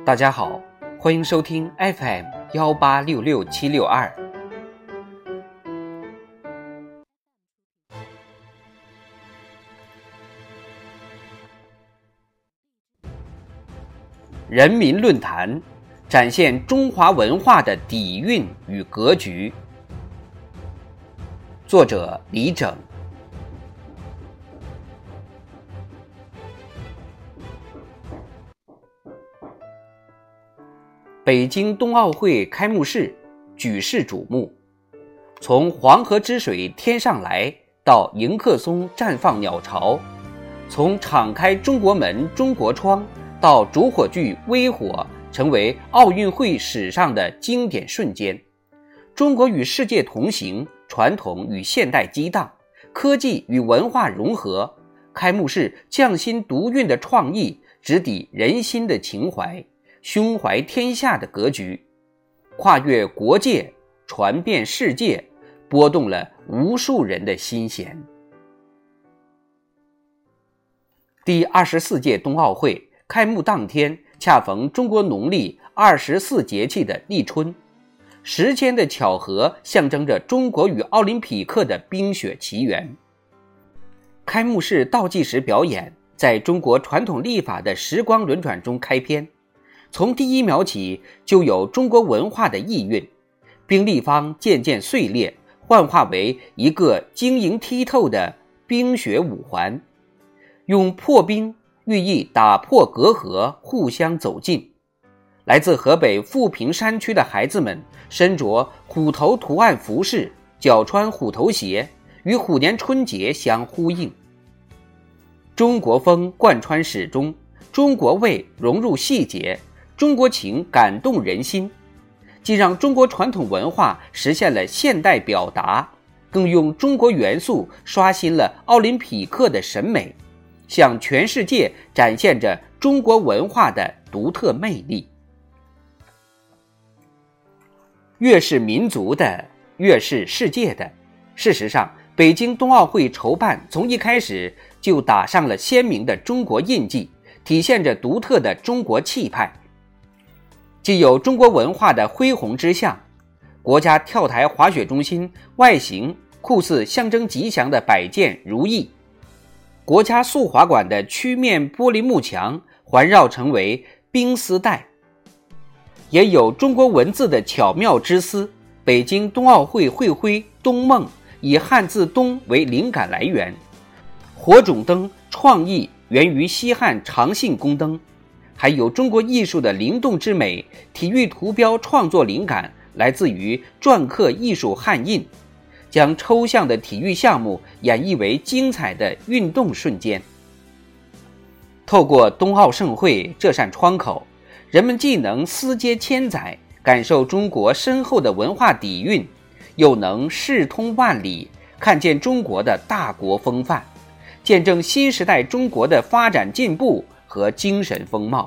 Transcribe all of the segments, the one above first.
大家好，欢迎收听 FM1866762。人民论坛展现中华文化的底蕴与格局。作者李整。北京冬奥会开幕式举世瞩目，从黄河之水天上来到迎客松绽放鸟巢，从敞开中国门中国窗到主火炬微火成为奥运会史上的经典瞬间。中国与世界同行，传统与现代激荡，科技与文化融合，开幕式匠心独运的创意直抵人心的情怀，胸怀天下的格局，跨越国界，传遍世界，拨动了无数人的心弦。第24届冬奥会开幕当天，恰逢中国农历24节气的立春，时间的巧合象征着中国与奥林匹克的冰雪奇缘。开幕式倒计时表演在中国传统历法的时光轮转中开篇，从第一秒起就有中国文化的意蕴，冰立方渐渐碎裂，幻化为一个晶莹剔透的冰雪五环，用破冰寓意打破隔阂，互相走近。来自河北富平山区的孩子们身着虎头图案服饰，脚穿虎头鞋，与虎年春节相呼应。中国风贯穿始终，中国味融入细节，中国情感动人心，既让中国传统文化实现了现代表达，更用中国元素刷新了奥林匹克的审美，向全世界展现着中国文化的独特魅力。越是民族的，越是世界的。事实上，北京冬奥会筹办从一开始就打上了鲜明的中国印记，体现着独特的中国气派。既有中国文化的恢宏之象，国家跳台滑雪中心外形酷似象征吉祥的摆件如意，国家速滑馆的曲面玻璃幕墙环绕成为冰丝带，也有中国文字的巧妙之思。北京冬奥会会徽冬梦以汉字冬为灵感来源，火种灯创意源于西汉长信宫灯，还有中国艺术的灵动之美。体育图标创作灵感来自于篆刻艺术汉印，将抽象的体育项目演绎为精彩的运动瞬间。透过冬奥盛会这扇窗口，人们既能思接千载，感受中国深厚的文化底蕴，又能视通万里，看见中国的大国风范，见证新时代中国的发展进步和精神风貌。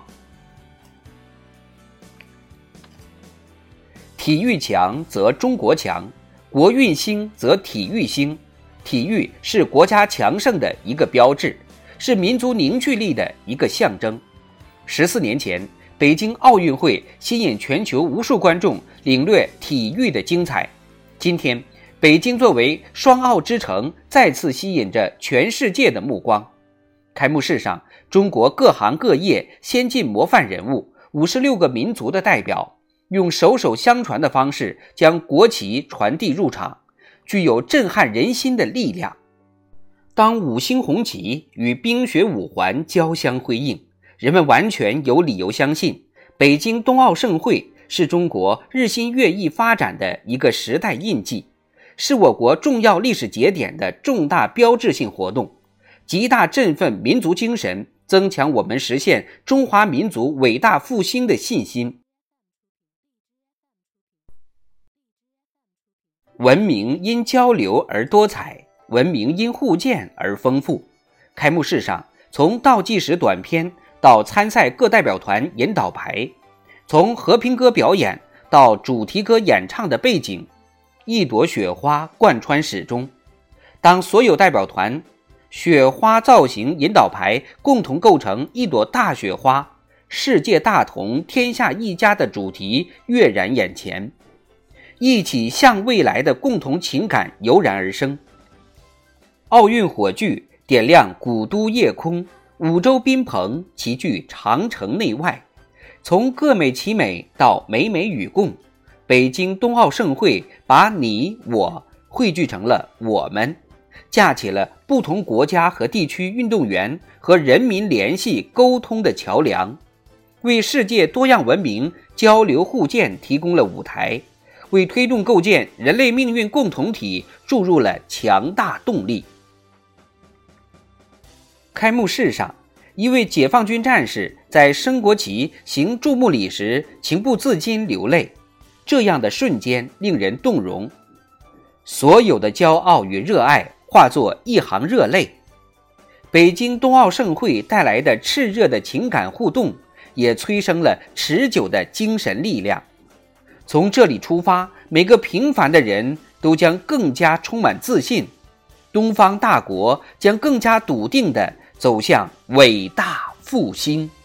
体育强则中国强，国运兴则体育兴。体育是国家强盛的一个标志，是民族凝聚力的一个象征。14年前，北京奥运会吸引全球无数观众领略体育的精彩。今天，北京作为双奥之城，再次吸引着全世界的目光。开幕式上，中国各行各业先进模范人物56个民族的代表，用手手相传的方式将国旗传递入场，具有震撼人心的力量。当五星红旗与冰雪五环交相辉映，人们完全有理由相信，北京冬奥盛会是中国日新月异发展的一个时代印记，是我国重要历史节点的重大标志性活动，极大振奋民族精神，增强我们实现中华民族伟大复兴的信心。文明因交流而多彩，文明因互鉴而丰富。开幕式上，从倒计时短片到参赛各代表团引导牌，从和平歌表演到主题歌演唱的背景，一朵雪花贯穿始终。当所有代表团雪花造型引导牌共同构成一朵大雪花， 世界大同，天下一家的主题跃然眼前，一起向未来的共同情感油然而生。奥运火炬点亮古都夜空，五洲宾朋齐聚长城内外，从各美其美到美美与共，北京冬奥盛会把你我汇聚成了我们，架起了不同国家和地区运动员和人民联系沟通的桥梁，为世界多样文明交流互鉴提供了舞台，为推动构建人类命运共同体注入了强大动力。开幕式上，一位解放军战士在升国旗行注目礼时情不自禁流泪，这样的瞬间令人动容，所有的骄傲与热爱化作一行热泪。北京冬奥盛会带来的炽热的情感互动，也催生了持久的精神力量。从这里出发，每个平凡的人都将更加充满自信，东方大国将更加笃定地走向伟大复兴。